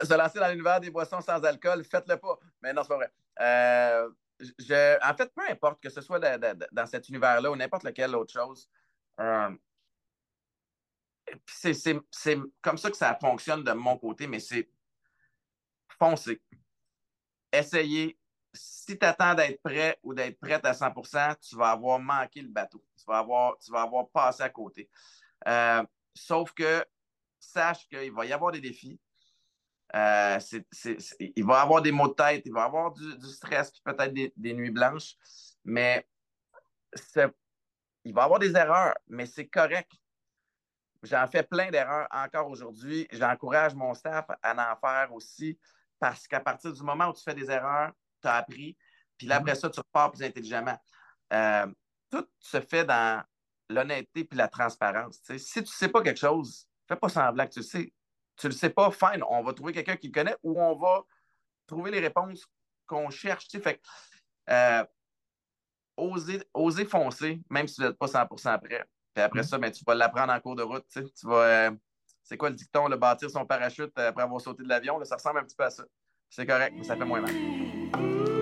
se lancer dans l'univers des boissons sans alcool, faites-le pas. Mais non, c'est pas vrai. En fait, peu importe que ce soit dans cet univers-là ou n'importe lequel autre chose, euh, c'est comme ça que ça fonctionne de mon côté, mais c'est foncer. Essayer. Si tu attends d'être prêt ou d'être prête à 100%, tu vas avoir manqué le bateau. Tu vas avoir passé à côté. Euh, Sauf que sache qu'il va y avoir des défis. Il va y avoir des maux de tête, il va y avoir du stress, puis peut-être des nuits blanches, mais il va y avoir des erreurs, mais c'est correct. J'en fais plein d'erreurs encore aujourd'hui. J'encourage mon staff à en faire aussi parce qu'à partir du moment où tu fais des erreurs, tu as appris, puis là, après ça, tu repars plus intelligemment. Euh, Tout se fait dans l'honnêteté puis la transparence. T'sais. Si tu ne sais pas quelque chose, fais pas semblant que tu le sais. Tu ne le sais pas, fine, on va trouver quelqu'un qui le connaît ou on va trouver les réponses qu'on cherche. Fait que, oser foncer, même si vous n'êtes pas 100% prêt. Puis après ça, ben, tu vas l'apprendre en cours de route. Tu vas, c'est quoi le dicton, le bâtir son parachute après avoir sauté de l'avion? Là, ça ressemble un petit peu à ça. C'est correct, mais ça fait moins mal.